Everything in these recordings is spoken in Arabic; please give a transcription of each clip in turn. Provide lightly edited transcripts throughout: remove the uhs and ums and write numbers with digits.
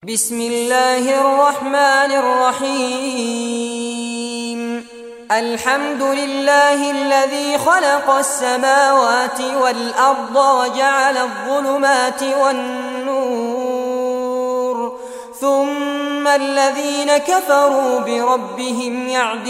بسم الله الرحمن الرحيم. الحمد لله الذي خلق السماوات والأرض وجعل الظلمات والنور ثم الذين كفروا بربهم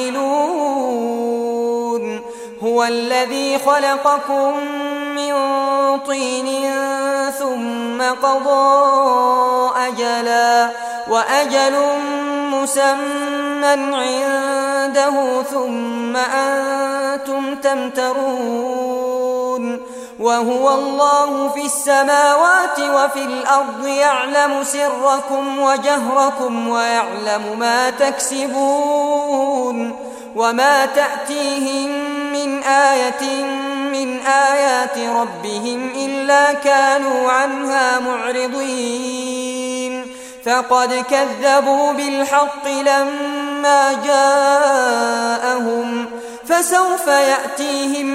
يعدلون. هو الذي خلقكم من طين ثم قضى أجلا وأجل مسمى عنده ثم أنتم تمترون. وهو الله في السماوات وفي الأرض يعلم سركم وجهركم ويعلم ما تكسبون. وما تأتيهم من آية من آيات ربهم إلا كانوا عنها معرضين. فقد كذبوا بالحق لما جاءهم فسوف يأتيهم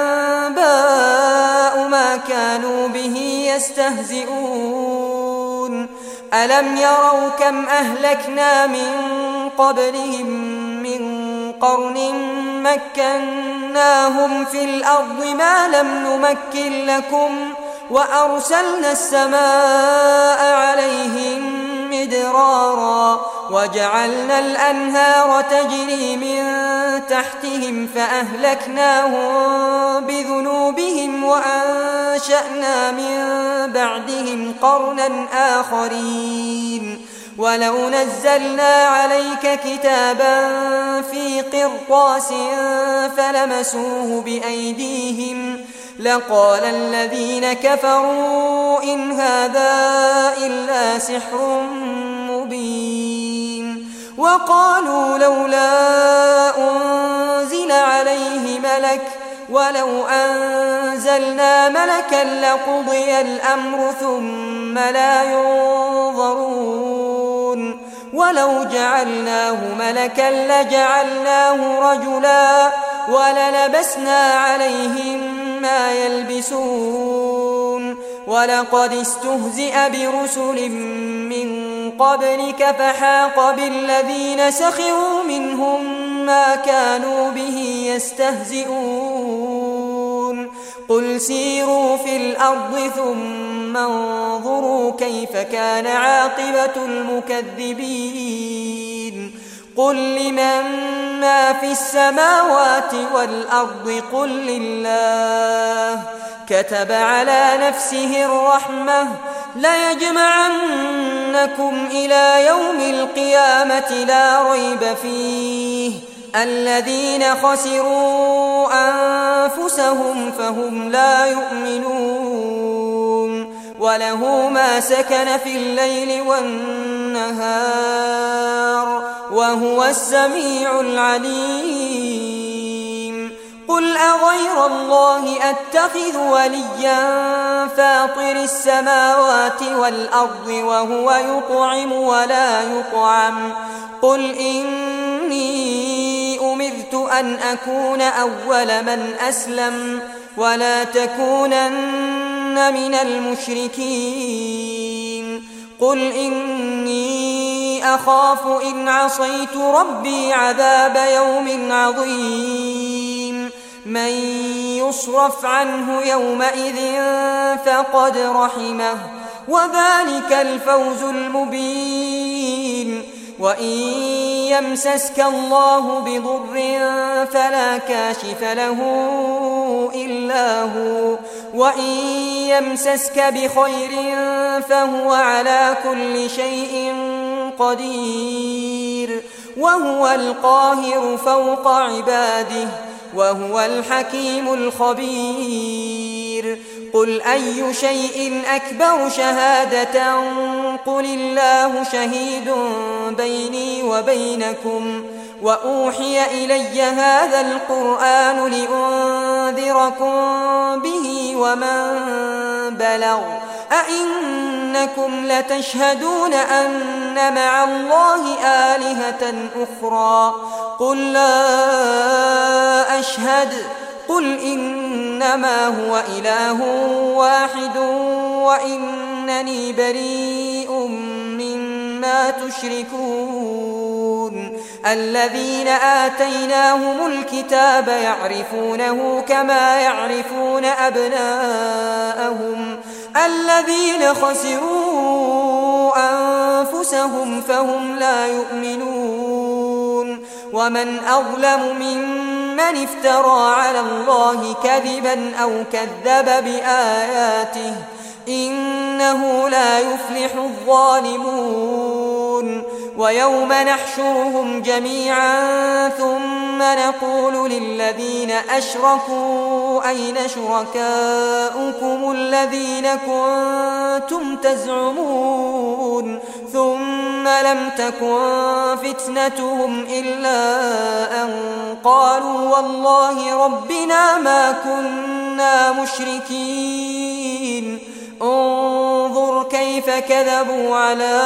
أنباء ما كانوا به يستهزئون. ألم يروا كم أهلكنا من قبلهم من قرن مكناهم في الأرض ما لم نمكن لكم وأرسلنا السماء عليهم مدرارا وجعلنا الأنهار تجري من تحتهم فأهلكناهم بذنوبهم وأنشأنا من بعدهم قرنا آخرين. ولو نزلنا عليك كتابا في قرطاس فلمسوه بأيديهم لقال الذين كفروا إن هذا إلا سحر مبين. وقالوا لولا أنزل عليه ملك ولو أنزلنا ملكا لقضي الأمر ثم لا ينظرون. ولو جعلناه ملكا لجعلناه رجلا وللبسنا عليهم ما يلبسون. ولقد استهزئ برسل من قبلك فحاق بالذين سخروا منهم ما كانوا به يستهزئون. قل سيروا في الأرض ثم انظروا كيف كان عاقبة المكذبين. قل لمن ما في السماوات والأرض قل لله كتب على نفسه الرحمة ليجمعنكم إلى يوم القيامة لا ريب فيه. الذين خسروا أنفسهم فهم لا يؤمنون. وله ما سكن في الليل والنهار وهو السميع العليم. قل أغير الله أتخذ وليا فاطر السماوات والأرض وهو يطعم ولا يطعم. قل إني أمرت أن أكون أول من أسلم ولا تكونن من المشركين. قل إني أخاف إن عصيت ربي عذاب يوم عظيم. من يصرف عنه يومئذ فقد رحمه وذلك الفوز المبين. وإن يمسسك الله بضر فلا كاشف له إلا هو وإن يمسسك بخير فهو على كل شيء قدير. وهو القاهر فوق عباده وهو الحكيم الخبير. قل أي شيء أكبر شهادة قل الله شهيد بيني وبينكم وأوحي إلي هذا القرآن لأنذركم به ومن بلغ. أئنكم لتشهدون أن مع الله آلهة أخرى قل لا أشهد. قل إنما هو إله واحد وإنني بريء مما ما تشركون الذين آتيناهم الكتاب يعرفونه كما يعرفون أبناءهم الذين خسروا أنفسهم فهم لا يؤمنون ومن أظلم ممن افترى على الله كذبا أو كذب بآياته إنه لا يفلح الظالمون ويوم نحشرهم جميعا ثم نقول للذين أشركوا أين شركاؤكم الذين كنتم تزعمون ثم لم تكن فتنتهم إلا أن قالوا والله ربنا ما كنا مشركين انظر كيف كذبوا على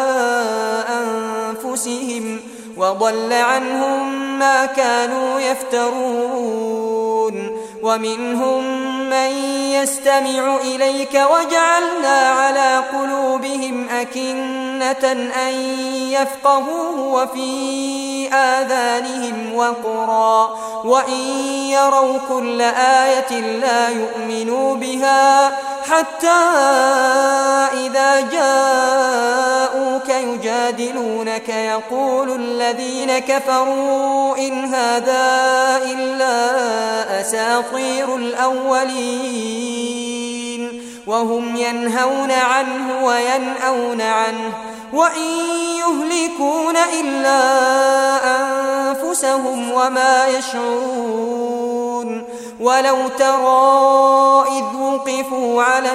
أنفسهم وضل عنهم ما كانوا يفترون ومنهم من يستمع إليك وجعلنا على قلوبهم أكنة أن يفقهوه وفي آذانهم وقرا وإن يروا كل آية لا يؤمنوا بها حتى إذا جاءوك يجادلونك يقول الذين كفروا إن هذا إلا أساطير الأولين وهم ينهون عنه وينأون عنه وإن يهلكون إلا أنفسهم وما يشعرون ولو ترى إذ وقفوا على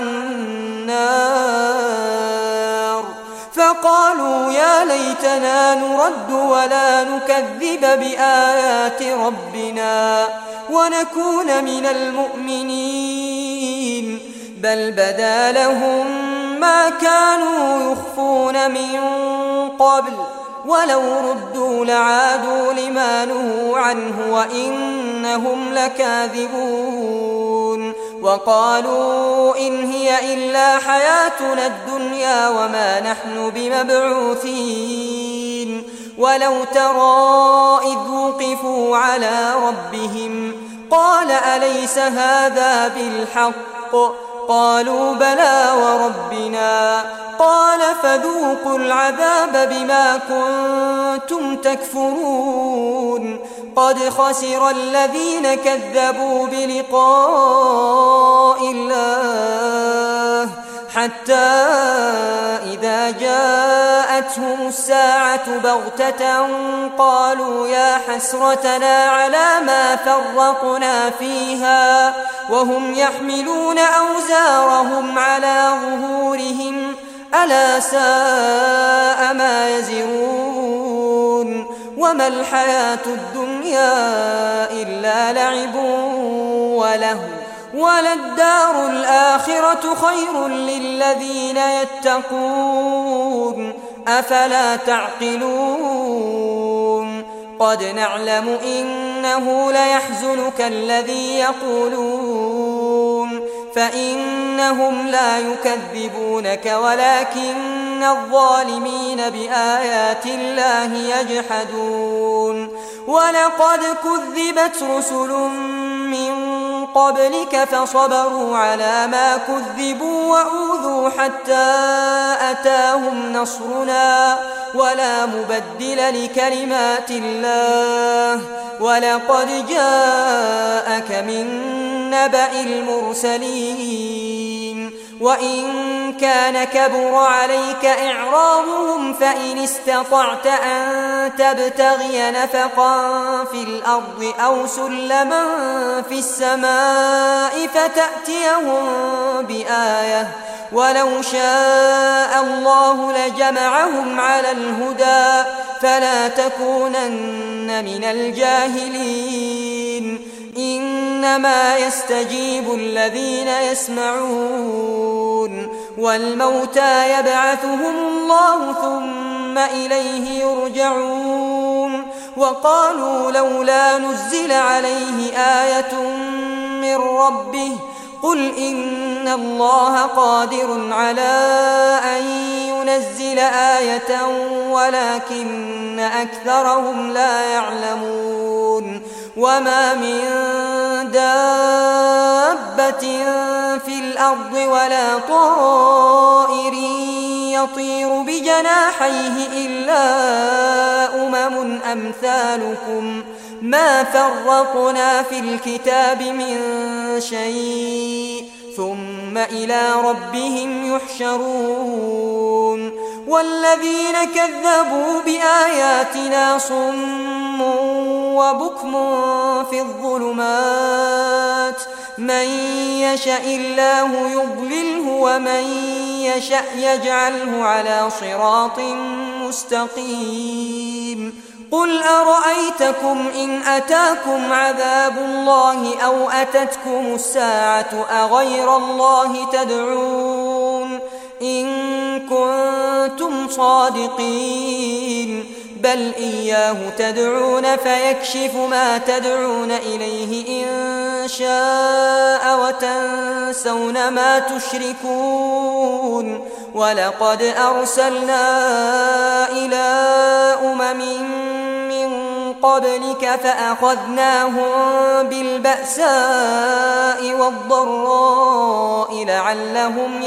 النار فقالوا يا ليتنا نرد ولا نكذب بآيات ربنا ونكون من المؤمنين بل بدا لهم ما كانوا يخفون من قبل ولو ردوا لعادوا لما نهوا عنه وإنهم لكاذبون وقالوا إن هي إلا حياتنا الدنيا وما نحن بمبعوثين ولو ترى إذ وقفوا على ربهم قال أليس هذا بالحق قالوا بلى وربنا قال فذوقوا العذاب بما كنتم تكفرون قد خسر الذين كذبوا بلقاء الله حتى إذا جاءتهم الساعة بغتة قالوا يا حسرتنا على ما فرطنا فيها وهم يحملون أوزارهم على ظهورهم ألا ساء ما يزرون وما الحياة الدنيا إلا لعب ولهو وللدار الآخرة خير للذين يتقون أفلا تعقلون قد نعلم إنه ليحزنك الذي يقولون فإنهم لا يكذبونك ولكن الظالمين بآيات الله يجحدون ولقد كذبت رسل من قبلك فصبروا على ما كذبوا وأوذوا حتى أتاهم نصرنا ولا مبدل لكلمات الله ولقد جاءك من نبأ المرسلين وإن كان كبر عليك إعراضهم فإن استطعت أن تبتغي نفقا في الأرض أو سلما في السماء فتأتيهم بآية ولو شاء الله لجمعهم على الهدى فلا تكونن من الجاهلين إنما يستجيب الذين يسمعون والموتى يبعثهم الله ثم إليه يرجعون وقالوا لولا نزل عليه آية من ربه قل إن الله قادر على أن ينزل آية ولكن أكثرهم لا يعلمون وما من دابة في الأرض ولا طائر يطير بجناحيه إلا أمثالكم ما فرطنا في الكتاب من شيء ثم إلى ربهم يحشرون والذين كذبوا بآياتنا صم وبكم في الظلمات من يشاء الله يضلله ومن يشاء يجعله على صراط مستقيم قل أرأيتكم إن أتاكم عذاب الله أو أتتكم الساعة أغير الله تدعون إن كنتم صادقين بل إياه تدعون فيكشف ما تدعون إليه إن شاء وتنسون ما تشركون ولقد أرسلنا إلى من قبلك فأخذناهم بالبأساء والضراء لعلهم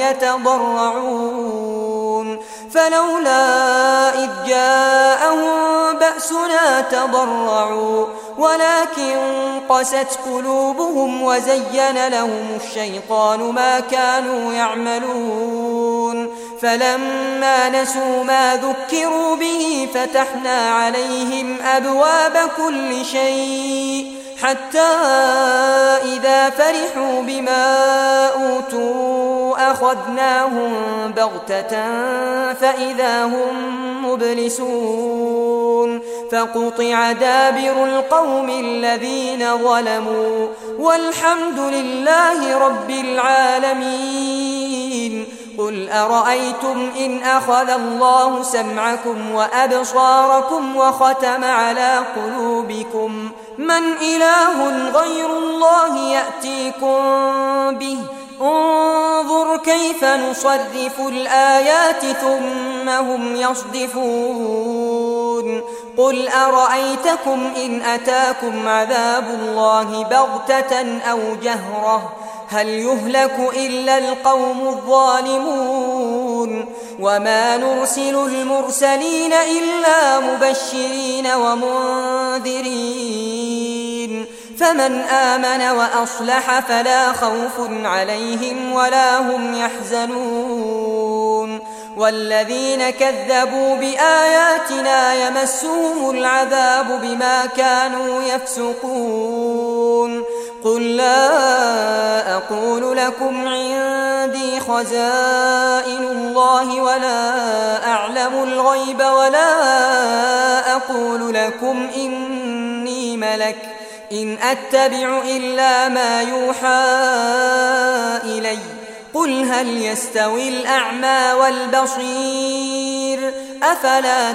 يتضرعون فلولا إذ جاءهم بأسنا تضرعوا ولكن قست قلوبهم وزين لهم الشيطان ما كانوا يعملون فلما نسوا ما ذكروا به فتحنا عليهم أبواب كل شيء حتى إذا فرحوا بما أوتوا أخذناهم بغتة فإذا هم مبلسون فقطع دابر القوم الذين ظلموا والحمد لله رب العالمين قل أرأيتم إن أخذ الله سمعكم وأبصاركم وختم على قلوبكم من إله غير الله يأتيكم به انظر كيف نصرف الآيات ثم هم يصدفون قل أرأيتكم إن أتاكم عذاب الله بغتة أو جهرة هل يهلك إلا القوم الظالمون وما نرسل المرسلين إلا مبشرين ومنذرين فمن آمن وأصلح فلا خوف عليهم ولا هم يحزنون والذين كذبوا بآياتنا يمسهم العذاب بما كانوا يفسقون قل لا أقول لكم عندي خزائن الله ولا أعلم الغيب ولا أقول لكم إني ملك إن أتبع إلا ما يوحى إلي قل هل يستوي الأعمى والبصير أفلا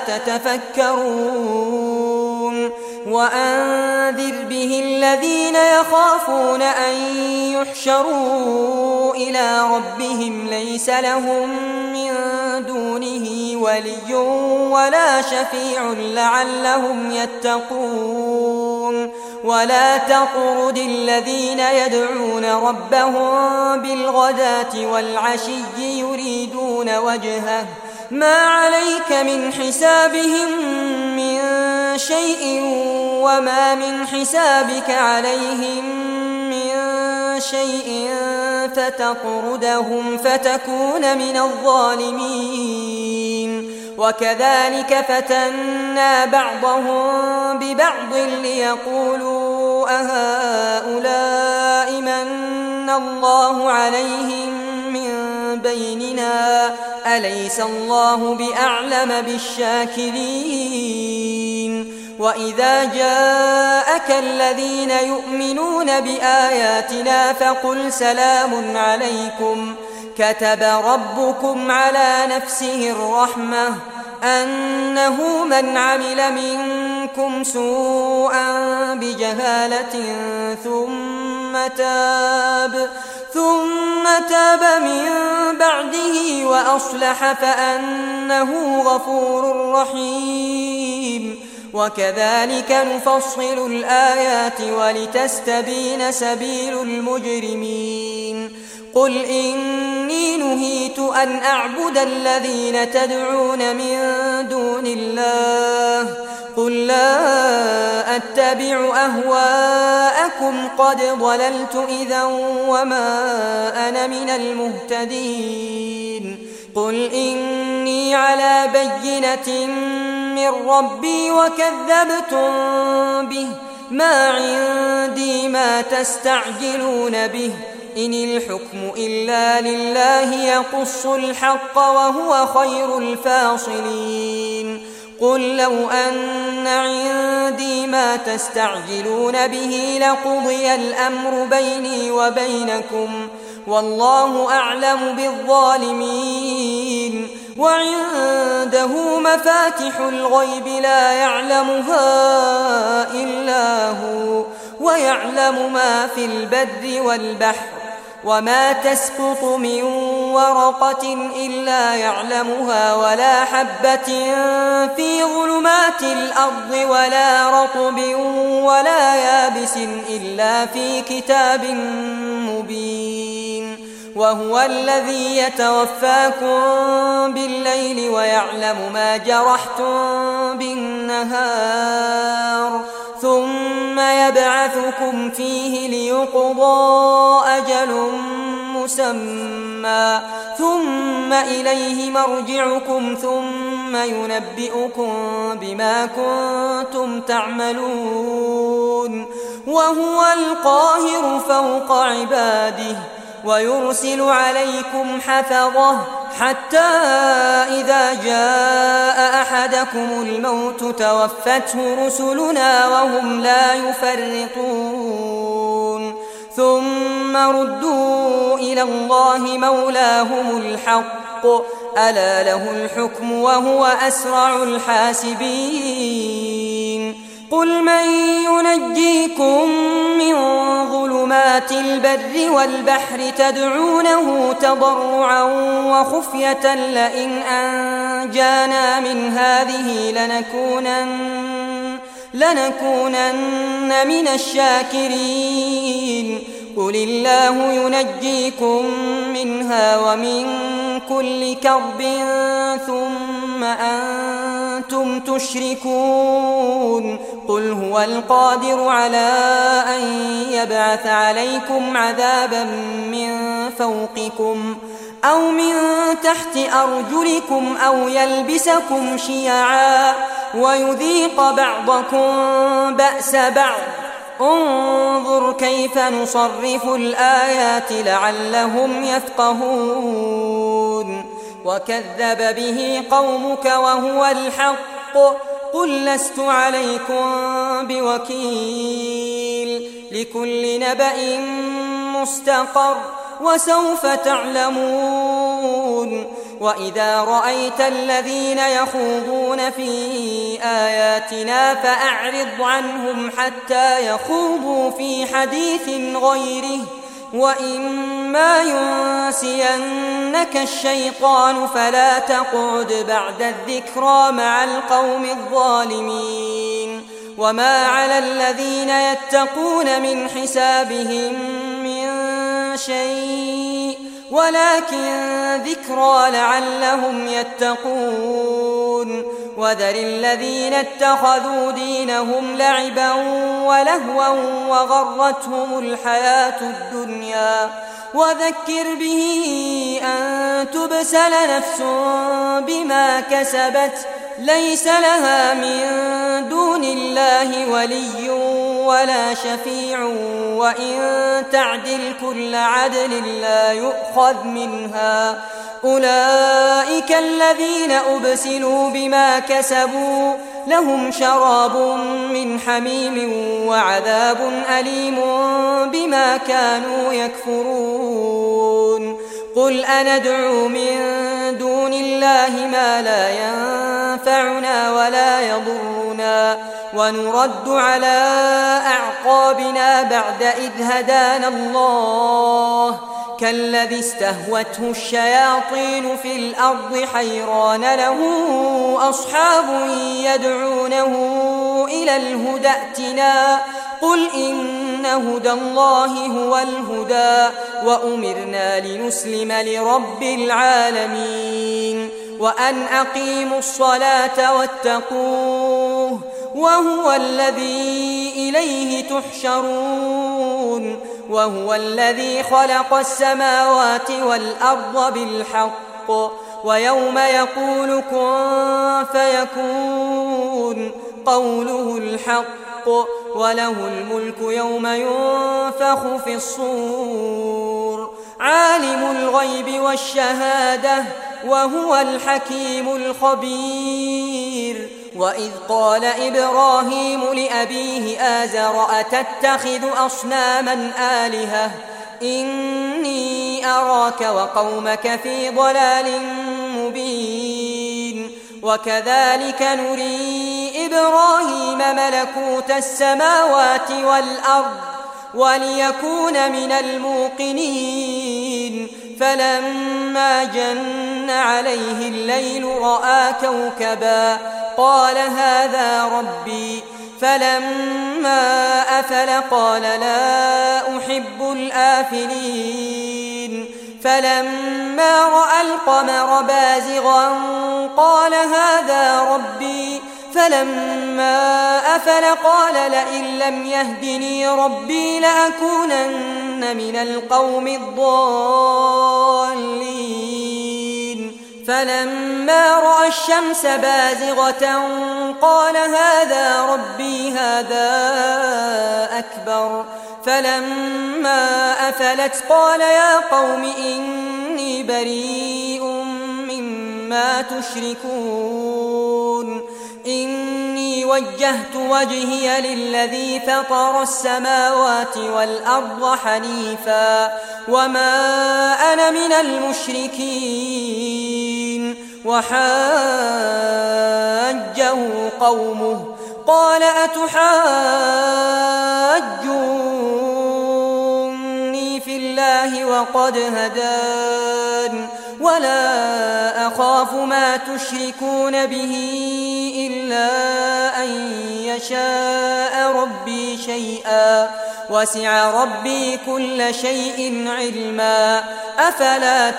تتفكرون وأنذر به الذين يخافون أن يحشروا إلى ربهم ليس لهم من دونه ولي ولا شفيع لعلهم يتقون ولا تطرد الذين يدعون ربهم بالغداة والعشي يريدون وجهه ما عليك من حسابهم من شيء وما من حسابك عليهم من شيء فتطردهم فتكون من الظالمين وكذلك فتنا بعضهم ببعض ليقولوا أهؤلاء من الله عليهم من بيننا أليس الله بأعلم بالشاكرين وإذا جاءك الذين يؤمنون بآياتنا فقل سلام عليكم كتب ربكم على نفسه الرحمة أنه من عمل منكم سوءا بجهالة ثم ثم تاب من بعده وأصلح فأنه غفور رحيم وكذلك نفصل الآيات ولتستبين سبيل المجرمين قل إني نهيت أن أعبد الذين تدعون من دون الله قل لا أتبع أهواءكم قد ضللت إذا وما أنا من المهتدين قل إني على بينة من ربي وكذبتم به ما عندي ما تستعجلون به إن الحكم إلا لله يقص الحق وهو خير الفاصلين قل لو أن عندي ما تستعجلون به لقضي الأمر بيني وبينكم والله أعلم بالظالمين وعنده مفاتح الغيب لا يعلمها إلا هو ويعلم ما في البر والبحر وما تسقط من ورقة إلا يعلمها ولا حبة في ظلمات الأرض ولا رطب ولا يابس إلا في كتاب مبين وهو الذي يتوفاكم بالليل ويعلم ما جرحتم بالنهار ثم يبعثكم فيه ليقضى أجل مسمى ثم إليه مرجعكم ثم ينبئكم بما كنتم تعملون وهو القاهر فوق عباده ويرسل عليكم حفظه حتى إذا جاء أحدكم الموت توفته رسلنا وهم لا يفرطون ثم ردوا إلى الله مولاهم الحق ألا له الحكم وهو أسرع الحاسبين قل من ينجيكم من ظلمات البر والبحر تدعونه تضرعا وخفية لئن أنجانا من هذه لنكونن من الشاكرين قل الله ينجيكم منها ومن كل كرب ثم أنتم تشركون قل هو القادر على أن يبعث عليكم عذابا من فوقكم أو من تحت أرجلكم أو يلبسكم شيعا ويذيق بعضكم بأس بعض انظر كيف نصرف الآيات لعلهم يفقهون وكذب به قومك وهو الحق قل لست عليكم بوكيل لكل نبأ مستقر وسوف تعلمون وإذا رأيت الذين يخوضون في آياتنا فأعرض عنهم حتى يخوضوا في حديث غيره وإما ينسينك الشيطان فلا تقعد بعد الذكرى مع القوم الظالمين وما على الذين يتقون من حسابهم من شيء ولكن ذكرى لعلهم يتقون وذر الذين اتخذوا دينهم لعبا ولهوا وغرتهم الحياة الدنيا وذكر به أن تبسل نفس بما كسبت ليس لها من دون الله ولي ولا شفيع وإن تعدل كل عدل لا يؤخذ منها أولئك الذين أبسلوا بما كسبوا لهم شراب من حميم وعذاب أليم بما كانوا يكفرون قل أندعو من دون الله ما لا ينفعنا ولا يضرنا ونرد على أعقابنا بعد إذ هدانا الله كالذي استهوته الشياطين في الأرض حيران له أصحاب يدعونه إلى الهدى ائتنا قل إن هدى الله هو الهدى وأمرنا لنسلم لرب العالمين وأن أقيموا الصلاة واتقوه وهو الذي إليه تحشرون وهو الذي خلق السماوات والأرض بالحق ويوم يقول كن فيكون قوله الحق وله الملك يوم ينفخ في الصور عالم الغيب والشهادة وهو الحكيم الخبير وإذ قال إبراهيم لأبيه آزر أتتخذ أصناما آلهة إني أراك وقومك في ضلال مبين وكذلك نري إبراهيم ملكوت السماوات والأرض وليكون من الموقنين فلما جن عليه الليل رأى كوكبا قال هذا ربي فلما أفل قال لا أحب الآفلين فلما رأى القمر بازغا قال هذا ربي فلما أفل قال لئن لم يهدني ربي لأكونن من القوم الضالين فلما رأى الشمس بازغة قال هذا ربي هذا أكبر فلما أفلت قال يا قوم إني بريء مما تشركون إني وجهت وجهي للذي فطر السماوات والأرض حنيفا وما أنا من المشركين وحاجه قومه قال أتحاجوني في الله وقد هدان ولا أخاف ما تشركون به إلا أن يشاء ربي شيئا وسع ربي كل شيء علما أفلا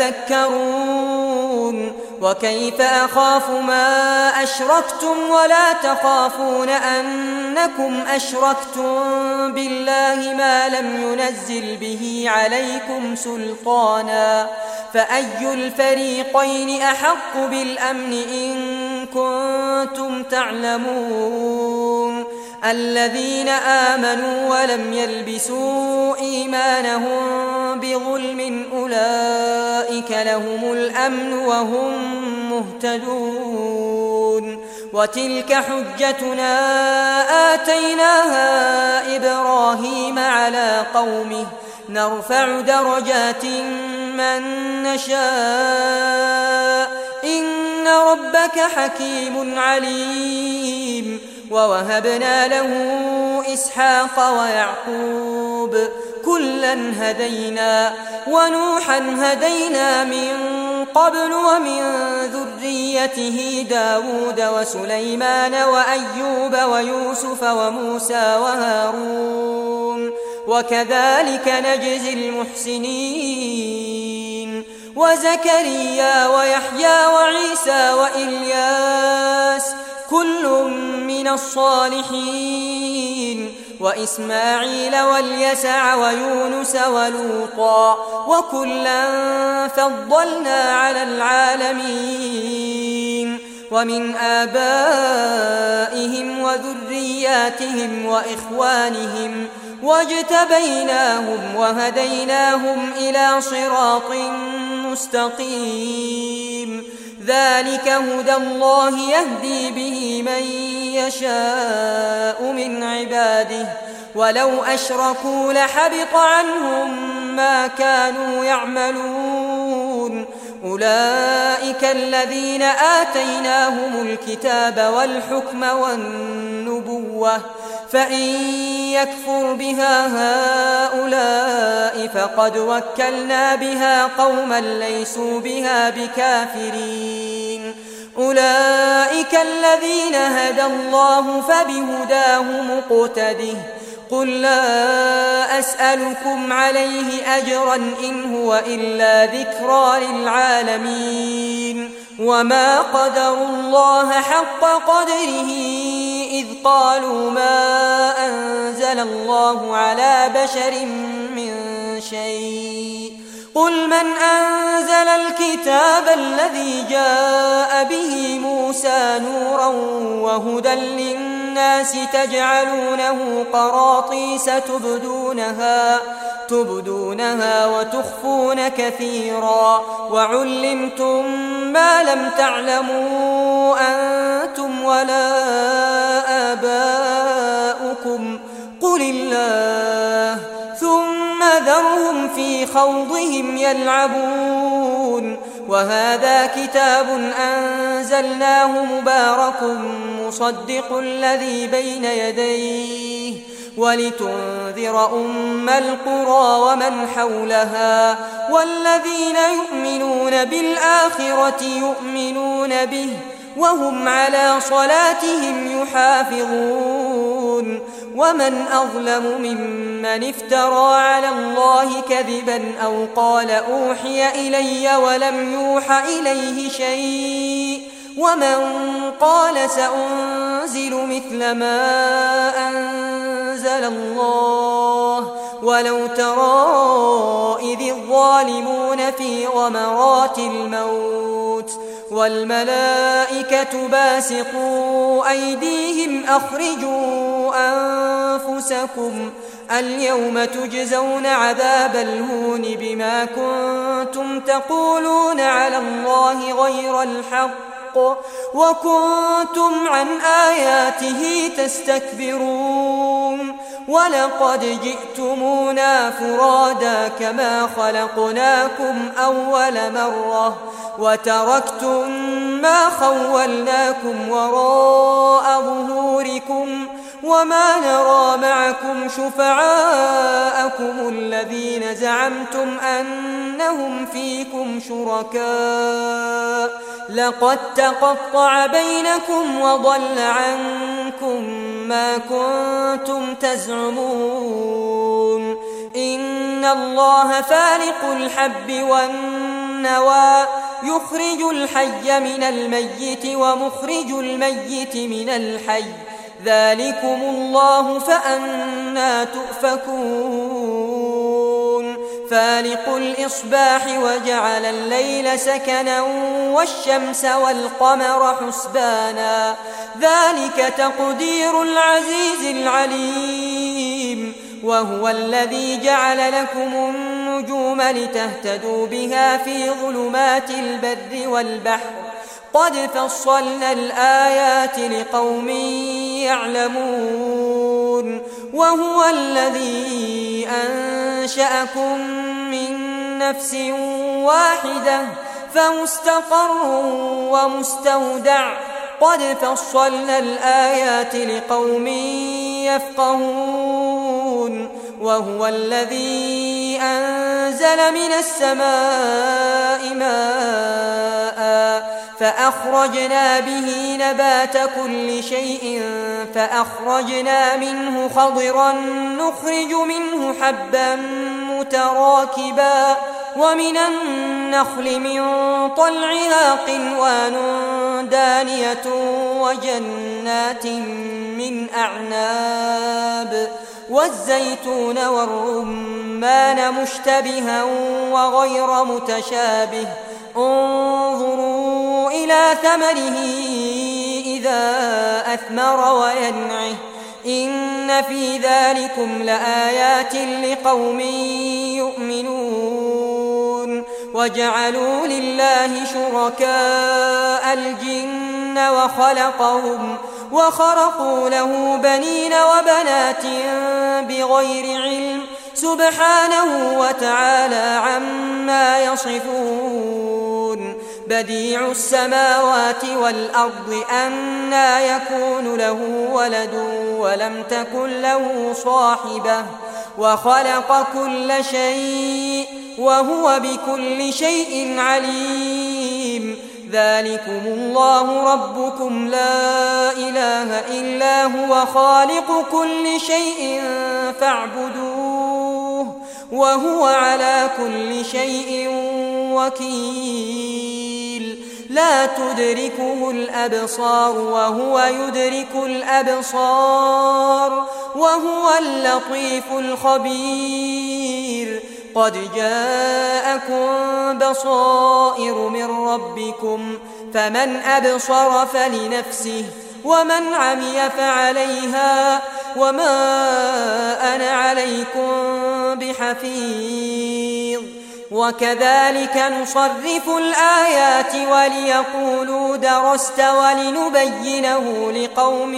تتذكرون وكيف أخاف ما أشركتم ولا تخافون أنكم أشركتم بالله ما لم ينزل به عليكم سلطانا فأي الفريقين أحق بالأمن إن كنتم تعلمون الذين آمنوا ولم يلبسوا إيمانهم بظلم أولئك لهم الأمن وهم مهتدون وتلك حجتنا آتيناها إبراهيم على قومه نرفع درجات من نشاء إن ربك حكيم عليم ووهبنا له إسحاق ويعقوب كلا هدينا ونوحا هدينا من قبل ومن ذريته داود وسليمان وأيوب ويوسف وموسى وهارون وكذلك نجزي المحسنين وزكريا ويحيى وعيسى وإلياس كل من الصالحين وإسماعيل واليسع ويونس ولوطا وكلا فضلنا على العالمين ومن آبائهم وذرياتهم وإخوانهم واجتبيناهم وهديناهم إلى صراط مستقيم ذلك هدى الله يهدي به من يشاء من عباده ولو أشركوا لحبط عنهم ما كانوا يعملون أولئك الذين آتيناهم الكتاب والحكم والنبوة فإن يكفر بها هؤلاء فقد وكلنا بها قوما ليسوا بها بكافرين أولئك الذين هدى الله فبهداه مقتده قل لا أسألكم عليه أجرا إن هو إلا ذكرى للعالمين وما قدروا الله حق قدره إذ قالوا ما أنزل الله على بشر من شيء قل من أنزل الكتاب الذي جاء به موسى نورا وهدى للناس تجعلونه قراطيس تبدونها وتخفون كثيرا وعلمتم ما لم تعلموا أنتم ولا آباؤكم قل الله ثم ذرهم في خوضهم يلعبون وهذا كتاب أنزلناه مبارك مصدق الذي بين يديه ولتنذر أم القرى ومن حولها والذين يؤمنون بالآخرة يؤمنون به وهم على صلاتهم يحافظون ومن أظلم ممن افترى على الله كذبا أو قال أوحي إلي ولم يوح إليه شيء ومن قال سأنزل مثل ما أنزل الله ولو ترى إذ الظالمون في غمرات الموت والملائكة باسطوا أيديهم أخرجوا أنفسكم اليوم تجزون عذاب الهون بما كنتم تقولون على الله غير الحق وكنتم عن آياته تستكبرون ولقد جئتمونا فرادا كما خلقناكم أول مرة وتركتم ما خولناكم وراء ظهوركم وما نرى معكم شفعاءكم الذين زعمتم أنهم فيكم شركاء لقد تقطع بينكم وضل عنكم ما كنتم تزعمون إن الله فالق الحب والنوى يخرج الحي من الميت ومخرج الميت من الحي ذلكم الله فأنى تؤفكون فالق الإصباح وجعل الليل سكنا والشمس والقمر حسبانا ذلك تقدير العزيز العليم وهو الذي جعل لكم النجوم لتهتدوا بها في ظلمات البر والبحر قد فصلنا الآيات لقوم يعلمون وهو الذي أنشأكم من نفس واحدة فمستقر ومستودع قد فصلنا الآيات لقوم يفقهون وهو الذي أنزل من السماء ماء فأخرجنا به نبات كل شيء فأخرجنا منه خضرا نخرج منه حبا متراكبا ومن النخل من طلعها قنوان دانية وجنات من أعناب والزيتون والرمان مشتبها وغير متشابه انظروا إلى ثمره إذا أثمر وينعه إن في ذلكم لآيات لقوم يؤمنون وجعلوا لله شركاء الجن وخرقوا له بنين وبنات بغير علم سبحانه وتعالى عما يصفون بديع السماوات والأرض أنى يكون له ولد ولم تكن له صاحبة وخلق كل شيء وهو بكل شيء عليم ذلكم الله ربكم لا إله إلا هو خالق كل شيء فاعبدوه وهو على كل شيء وكيل لا تدركه الأبصار وهو يدرك الأبصار وهو اللطيف الخبير قد جاءكم بصائر من ربكم فمن أبصر فلنفسه ومن عمي فعليها وما أنا عليكم بحفيظ وكذلك نصرف الآيات وليقولوا درست ولنبينه لقوم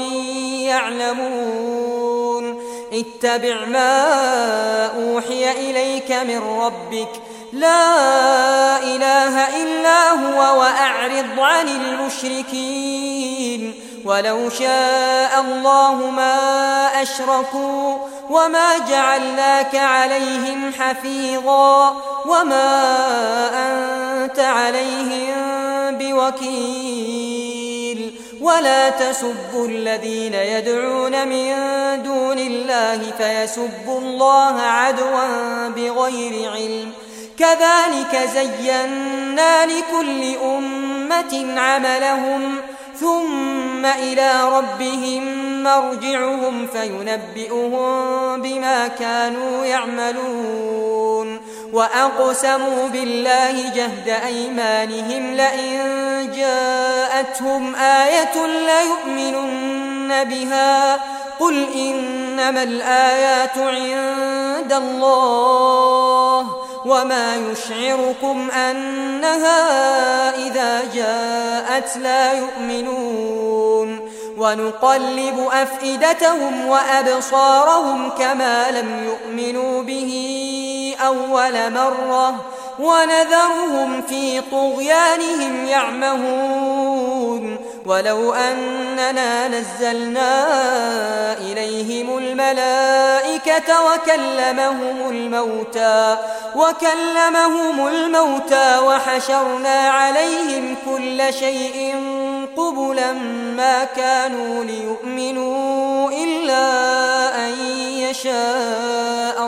يعلمون اتبع ما أوحي إليك من ربك لا إله إلا هو وأعرض عن المشركين ولو شاء الله ما أشركوا وما جعلناك عليهم حفيظا وما أنت عليهم بوكيل ولا تسبوا الذين يدعون من دون الله فيسبوا الله عدوا بغير علم كذلك زينا لكل أمة عملهم ثم إلى ربهم مرجعهم فينبئهم بما كانوا يعملون وأقسموا بالله جهد أيمانهم لئن جاءتهم آية ليؤمنن بها قل إنما الآيات عند الله وما يشعركم أنها إذا جاءت لا يؤمنون ونقلب أفئدتهم وأبصارهم كما لم يؤمنوا به أول مرة ونذرهم في طغيانهم يعمهون ولو أننا نزلنا إليهم الملائكة وكلمهم الموتى وحشرنا عليهم كل شيء قبلا ما كانوا ليؤمنوا إلا أن يشاء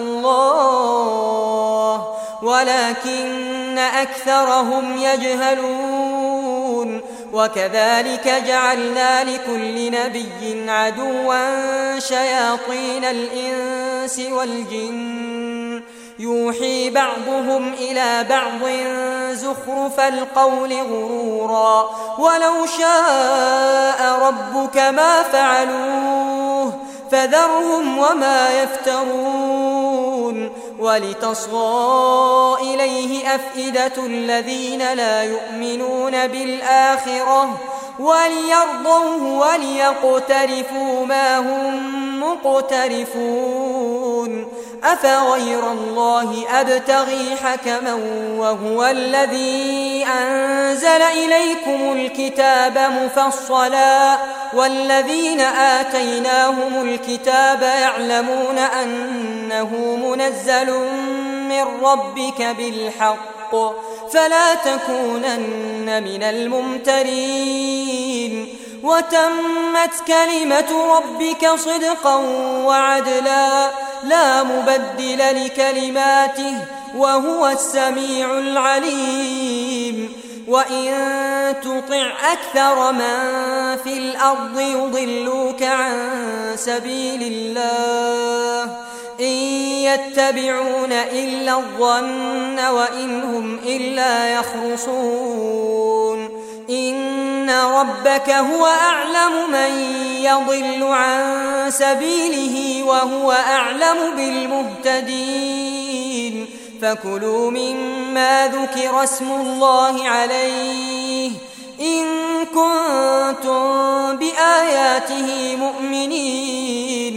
الله ولكن أكثرهم يجهلون وكذلك جعلنا لكل نبي عدوا شياطين الإنس والجن يوحي بعضهم إلى بعض زخرف القول غرورا ولو شاء ربك ما فعلوه فذرهم وما يفترون ولتصغى إليه أفئدة الذين لا يؤمنون بالآخرة وليرضوه وليقترفوا ما هم مقترفون أفغير الله أبتغي حكما وهو الذي أنزل إليكم الكتاب مفصلا والذين آتيناهم الكتاب يعلمون أنه منزل من ربك بالحق فلا تكونن من الممترين وتمت كلمة ربك صدقا وعدلا لا مبدل لكلماته وهو السميع العليم وإن تطع أكثر من في الأرض يضلوك عن سبيل الله إن يتبعون إلا الظن وإن هم إلا يخرصون إن ربك هو أعلم من يضل عن سبيله وهو أعلم بالمهتدين فكلوا مما ذكر اسم الله عليه إن كنتم بآياته مؤمنين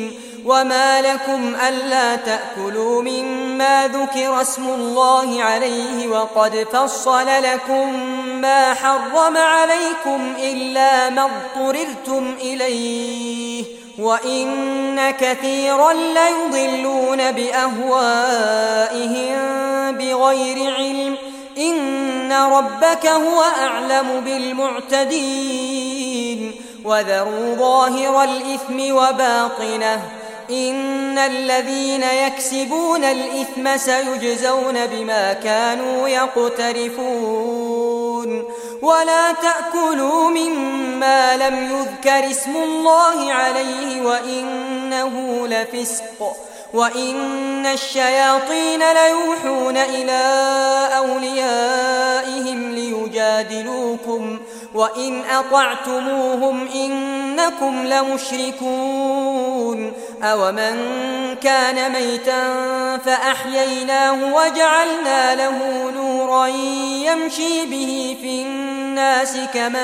وما لكم ألا تأكلوا مما ذكر اسم الله عليه وقد فصل لكم ما حرم عليكم إلا ما اضطررتم إليه وإن كثيرا ليضلون بأهوائهم بغير علم إن ربك هو أعلم بالمعتدين وذروا ظاهر الإثم وباطنه إن الذين يكسبون الإثم سيجزون بما كانوا يقترفون ولا تأكلوا مما لم يذكر اسم الله عليه وإنه لفسق وإن الشياطين ليوحون إلى أوليائهم ليجادلوكم وإن أطعتموهم إنكم لمشركون أومن كان ميتا فأحييناه وجعلنا له نورا يمشي به في الناس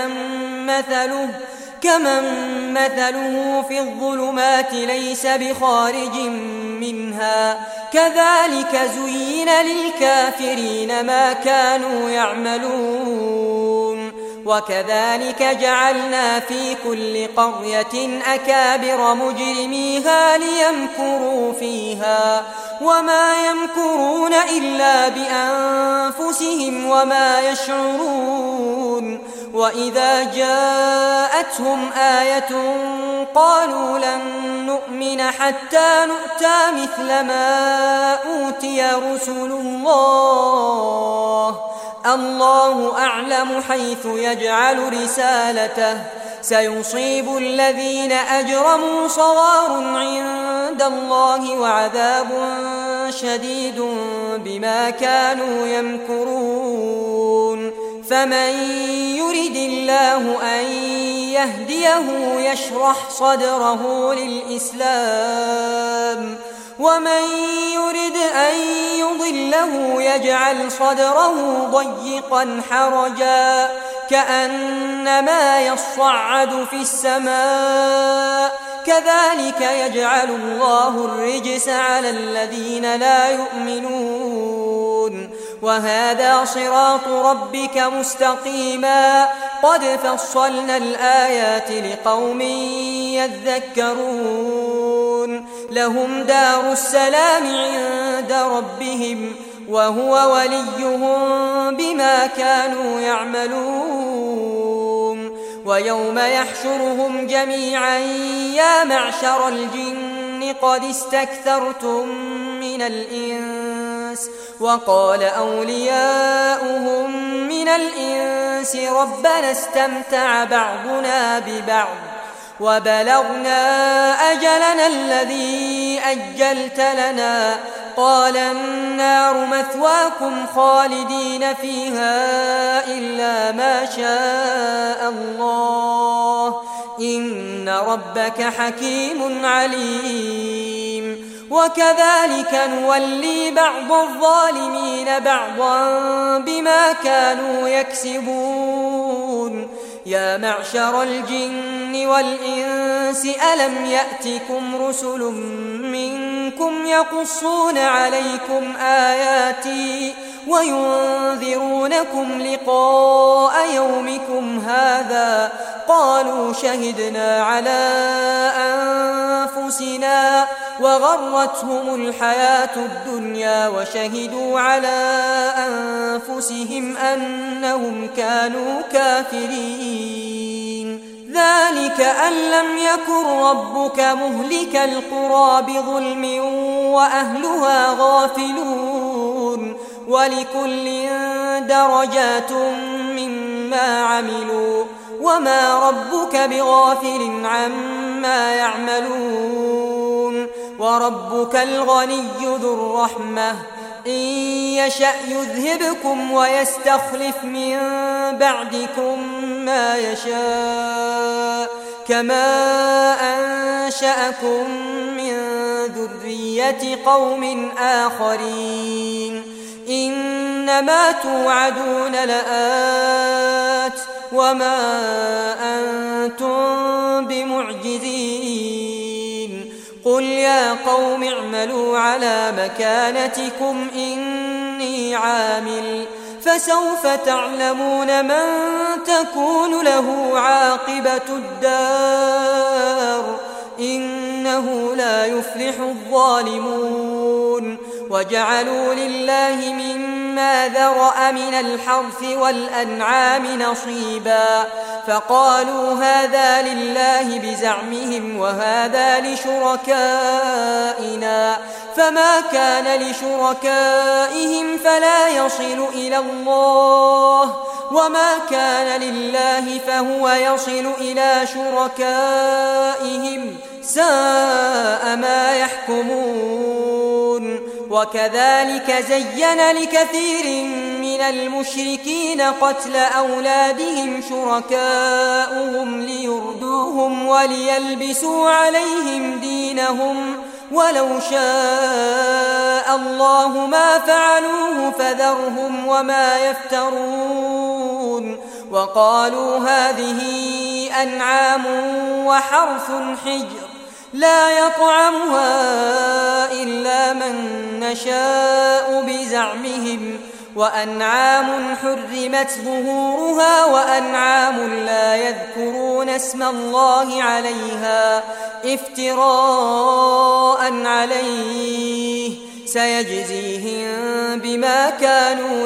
كمن مثله في الظلمات ليس بخارج منها كذلك زين للكافرين ما كانوا يعملون وكذلك جعلنا في كل قرية أكابر مجرميها ليمكروا فيها وما يمكرون إلا بأنفسهم وما يشعرون وإذا جاءتهم آية قالوا لن نؤمن حتى نؤتى مثل ما أوتي رسل الله أعلم حيث يجعل رسالته سيصيب الذين أجرموا صغار عند الله وعذاب شديد بما كانوا يمكرون فمن يرد الله أن يهديه يشرح صدره للإسلام ومن يرد أن يضله يجعل صدره ضيقا حرجا كأنما يصعد في السماء كذلك يجعل الله الرجس على الذين لا يؤمنون وهذا صراط ربك مستقيما قد فصلنا الآيات لقوم يذكرون لهم دار السلام عند ربهم وهو وليهم بما كانوا يعملون ويوم يحشرهم جميعا يا معشر الجن قد استكثرتم من الإنس وقال أولياؤهم من الإنس ربنا استمتع بعضنا ببعض وبلغنا أجلنا الذي أجلت لنا قال النار مثواكم خالدين فيها إلا ما شاء الله إن ربك حكيم عليم وكذلك نولي بعض الظالمين بعضا بما كانوا يكسبون يا معشر الجن والإنس ألم يأتكم رسل منكم يقصون عليكم آياتي وينذرونكم لقاء يومكم هذا قالوا شهدنا على أنفسنا وغرتهم الحياة الدنيا وشهدوا على أنفسهم أنهم كانوا كافرين ذلك أن لم يكن ربك مهلك القرى بظلم وأهلها غافلون ولكل درجات مما عملوا وما ربك بغافل عما يعملون وربك الغني ذو الرحمة إن يشأ يذهبكم ويستخلف من بعدكم ما يشاء كما أنشأكم من ذرية قوم آخرين إنما توعدون لآت وما أنتم بمعجزين قل يا قوم اعملوا على مكانتكم إني عامل فسوف تعلمون من تكون له عاقبة الدار إنه لا يفلح الظالمون وجعلوا لله مما ذرأ من الحرث والأنعام نصيبا فقالوا هذا لله بزعمهم وهذا لشركائنا فما كان لشركائهم فلا يصل إلى الله وما كان لله فهو يصل إلى شركائهم ساء ما يحكمون وكذلك زين لكثير من المشركين قتل أولادهم شركاؤهم ليردوهم وليلبسوا عليهم دينهم ولو شاء الله ما فعلوه فذرهم وما يفترون وقالوا هذه أنعام وحرث حجر لا يطعمها إلا من نشاء بزعمهم وأنعام حرمت ظهورها وأنعام لا يذكرون اسم الله عليها افتراء عليه سيجزيهم بما كانوا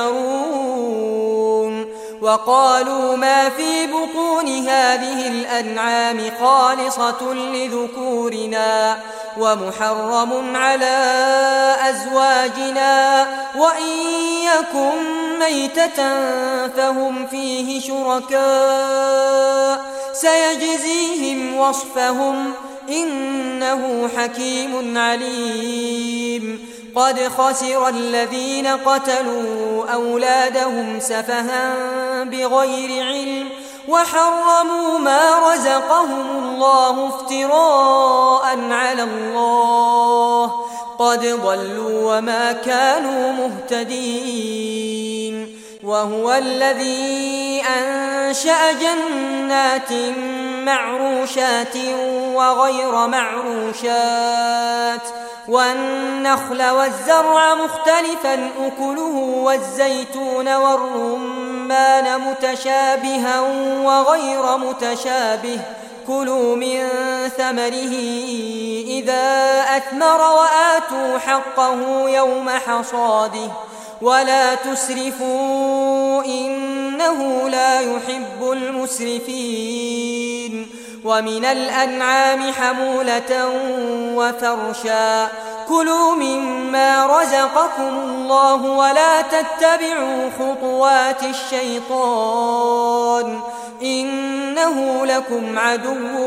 يفترون وقالوا ما في بطون هذه الأنعام خالصة لذكورنا ومحرم على أزواجنا وإن يكن ميتة فهم فيه شركاء سيجزيهم وصفهم إنه حكيم عليم قد خسر الذين قتلوا أولادهم سفها بغير علم وحرموا ما رزقهم الله افتراء على الله قد ضلوا وما كانوا مهتدين وهو الذي أنشأ جنات معروشات وغير معروشات والنخل والزرع مختلفا أكله والزيتون والرمان متشابها وغير متشابه كلوا من ثمره إذا أثمر وآتوا حقه يوم حصاده ولا تسرفوا إنه لا يحب المسرفين ومن الأنعام حمولة وفرشا كلوا مما رزقكم الله ولا تتبعوا خطوات الشيطان إنه لكم عدو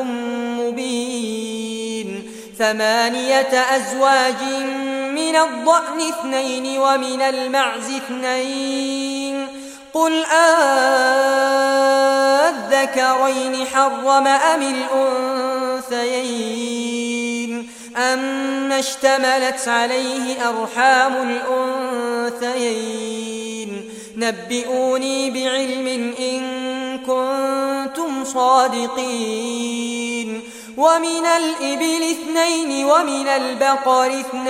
مبين 8 أزواج من الضأن 2 ومن المعز 2 قل أذكرين حرم أم الأنثيين أما اشتملت عليه أرحام الأنثيين نبئوني بعلم إن كنتم صادقين ومن الإبل 2 ومن البقر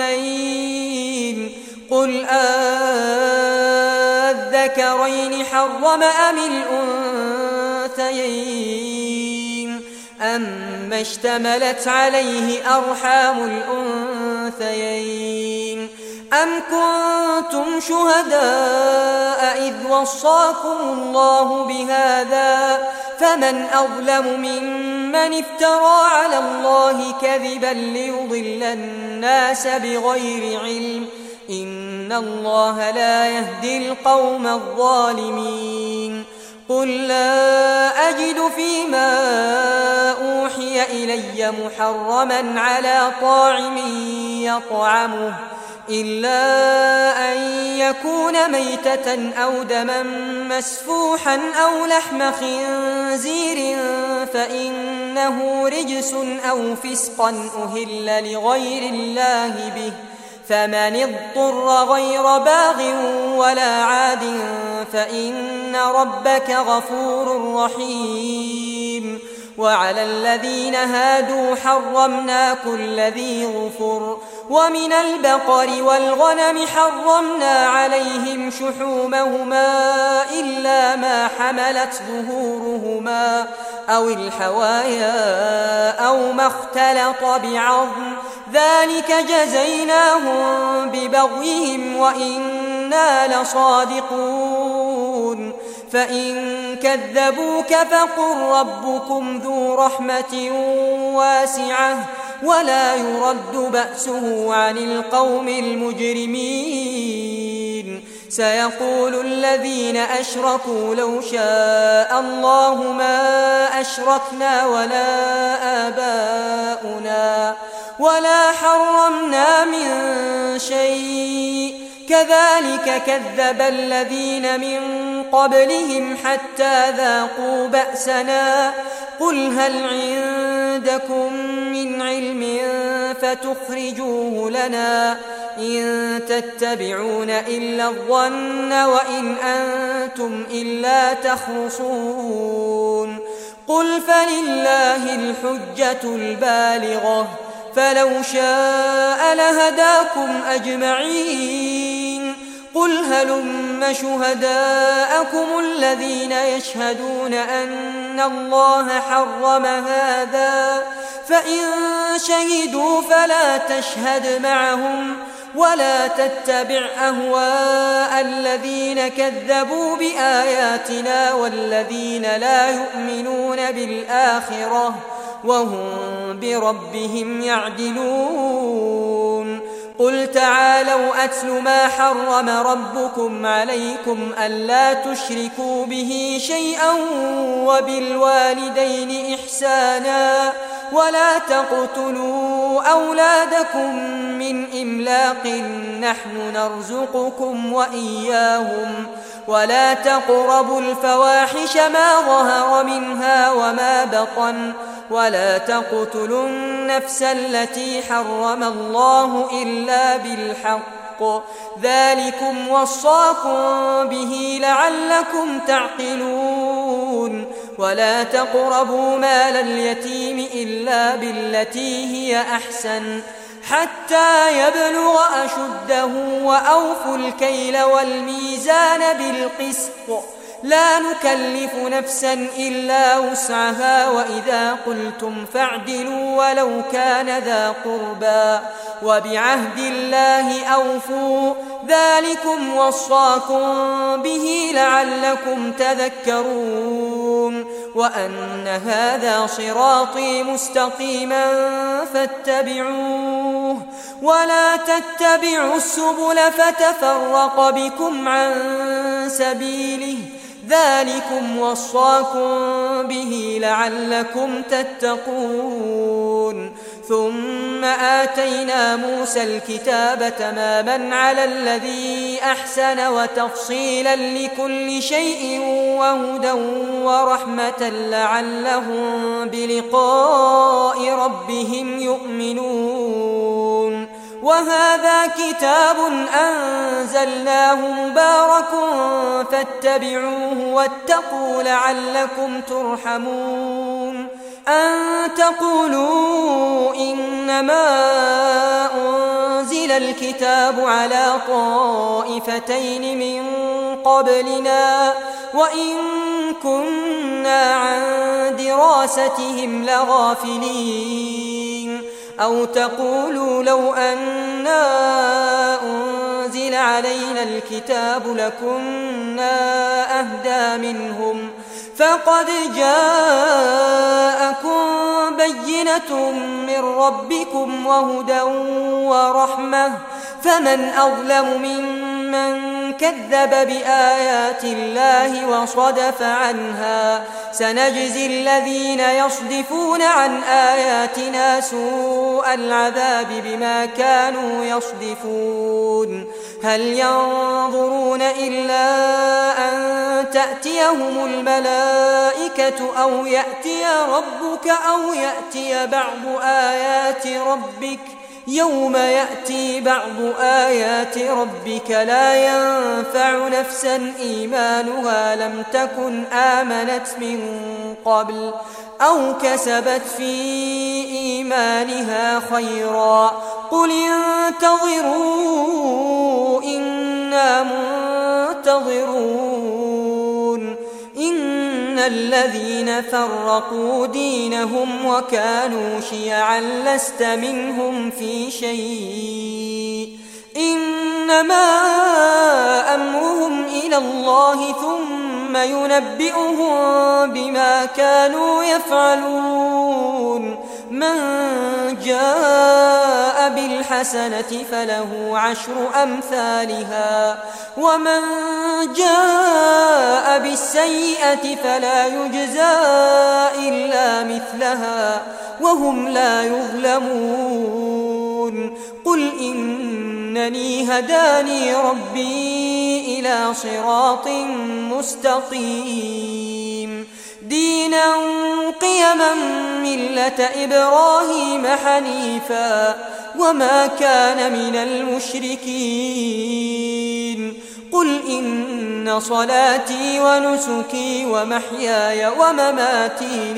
2 قل أذكرين حرم أم الأنثيين أما اشتملت عليه أرحام الأنثيين أم كنتم شهداء إذ وصاكم الله بهذا فمن أظلم ممن افترى على الله كذبا ليضل الناس بغير علم إن الله لا يهدي القوم الظالمين قل لا أجد فيما أوحي إلي محرما على طاعم يطعمه إلا أن يكون ميتة أو دما مسفوحا أو لحم خنزير فإنه رجس أو فسقا أهل لغير الله به فمن اضطر غير باغ ولا عاد فإن ربك غفور رحيم وعلى الذين هادوا حرمنا كل ذي ظفر ومن البقر والغنم حرمنا عليهم شحومهما إلا ما حملت ظهورهما أو الحوايا أو ما اختلط بعظم ذلك جزيناهم ببغيهم وإنا لصادقون فإن كذبوك فقل ربكم ذو رحمة واسعة ولا يرد بأسه عن القوم المجرمين سيقول الذين أشركوا لو شاء الله ما أشركنا ولا آباؤنا ولا حرمنا من شيء كذلك كذب الذين من قبلهم حتى ذاقوا بأسنا قل هل عندكم من علم فتخرجوه لنا إن تتبعون إلا الظن وإن أنتم إلا تخرصون قل فلله الحجة البالغة فلو شاء لهداكم أجمعين قل هلم شهداءكم الذين يشهدون أن الله حرم هذا فإن شهدوا فلا تشهد معهم ولا تتبع أهواء الذين كذبوا بآياتنا والذين لا يؤمنون بالآخرة وهم بربهم يعدلون قل تعالوا أتل ما حرم ربكم عليكم ألا تشركوا به شيئا وبالوالدين إحسانا ولا تقتلوا أولادكم من إملاق نحن نرزقكم وإياهم ولا تقربوا الفواحش ما ظهر منها وما بطن ولا تقتلوا النفس التي حرم الله إلا بالحق ذلكم وصاكم به لعلكم تعقلون ولا تقربوا مال اليتيم إلا بالتي هي أحسن حتى يبلغ أشده وأوفوا الكيل والميزان بالقسط لا نكلف نفسا إلا وسعها وإذا قلتم فاعدلوا ولو كان ذا قربى وبعهد الله أوفوا ذلكم وصاكم به لعلكم تذكرون وأن هذا صراطي مستقيما فاتبعوه ولا تتبعوا السبل فتفرق بكم عن سبيله ذلكم وصاكم به لعلكم تتقون ثم آتينا موسى الكتاب تماما على الذي أحسن وتفصيلا لكل شيء وهدى ورحمة لعلهم بلقاء ربهم يؤمنون وهذا كتاب أنزلناه مبارك فاتبعوه واتقوا لعلكم ترحمون أن تقولوا إنما أنزل الكتاب على طائفتين من قبلنا وإن كنا عن دراستهم لغافلين أو تقولوا لو أنا أنزل علينا الكتاب لكنا أهدى منهم فقد جاءكم بينة من ربكم وهدى ورحمة فمن أظلم ممن كذب بآيات الله وصدف عنها سنجزي الذين يصدفون عن آياتنا سوء العذاب بما كانوا يصدفون هل ينظرون إلا أن تأتيهم الملائكة أو يأتي ربك أو يأتي بعض آيات ربك يوم يأتي بعض آيات ربك لا ينفع نفسا إيمانها لم تكن آمنت من قبل أو كسبت في إيمانها خيرا قل انتظروا إنا منتظرون إن الذين فرقوا دينهم وكانوا شيعا لست منهم في شيء إنما أمرهم إلى الله ثم ينبئهم بما كانوا يفعلون من جاء بالحسنة فله 10 أمثالها ومن جاء بالسيئة فلا يجزى إلا مثلها وهم لا يظلمون قل إنني هداني ربي إلى صراط مستقيم دينا قيما ملة إبراهيم حنيفا وما كان من المشركين قل إن صلاتي ونسكي ومحياي ومماتي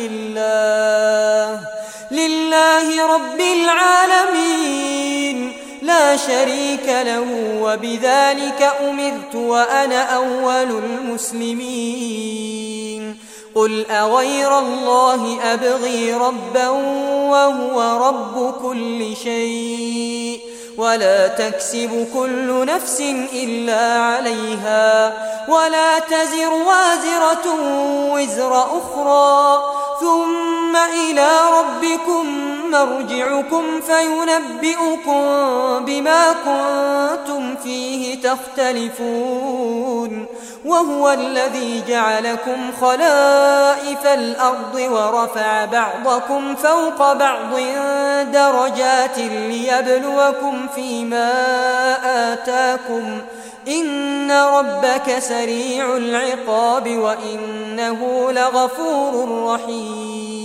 لله رب العالمين لا شريك له وبذلك أمرت وأنا أول المسلمين قل أغير الله أبغي ربا وهو رب كل شيء ولا تكسب كل نفس إلا عليها ولا تزر وازرة وزر أخرى ثم إلى ربكم مرجعكم فينبئكم بما كنتم فيه تختلفون وهو الذي جعلكم خلائف الأرض ورفع بعضكم فوق بعض درجات ليبلوكم فيما آتاكم إن ربك سريع العقاب وإنه لغفور رحيم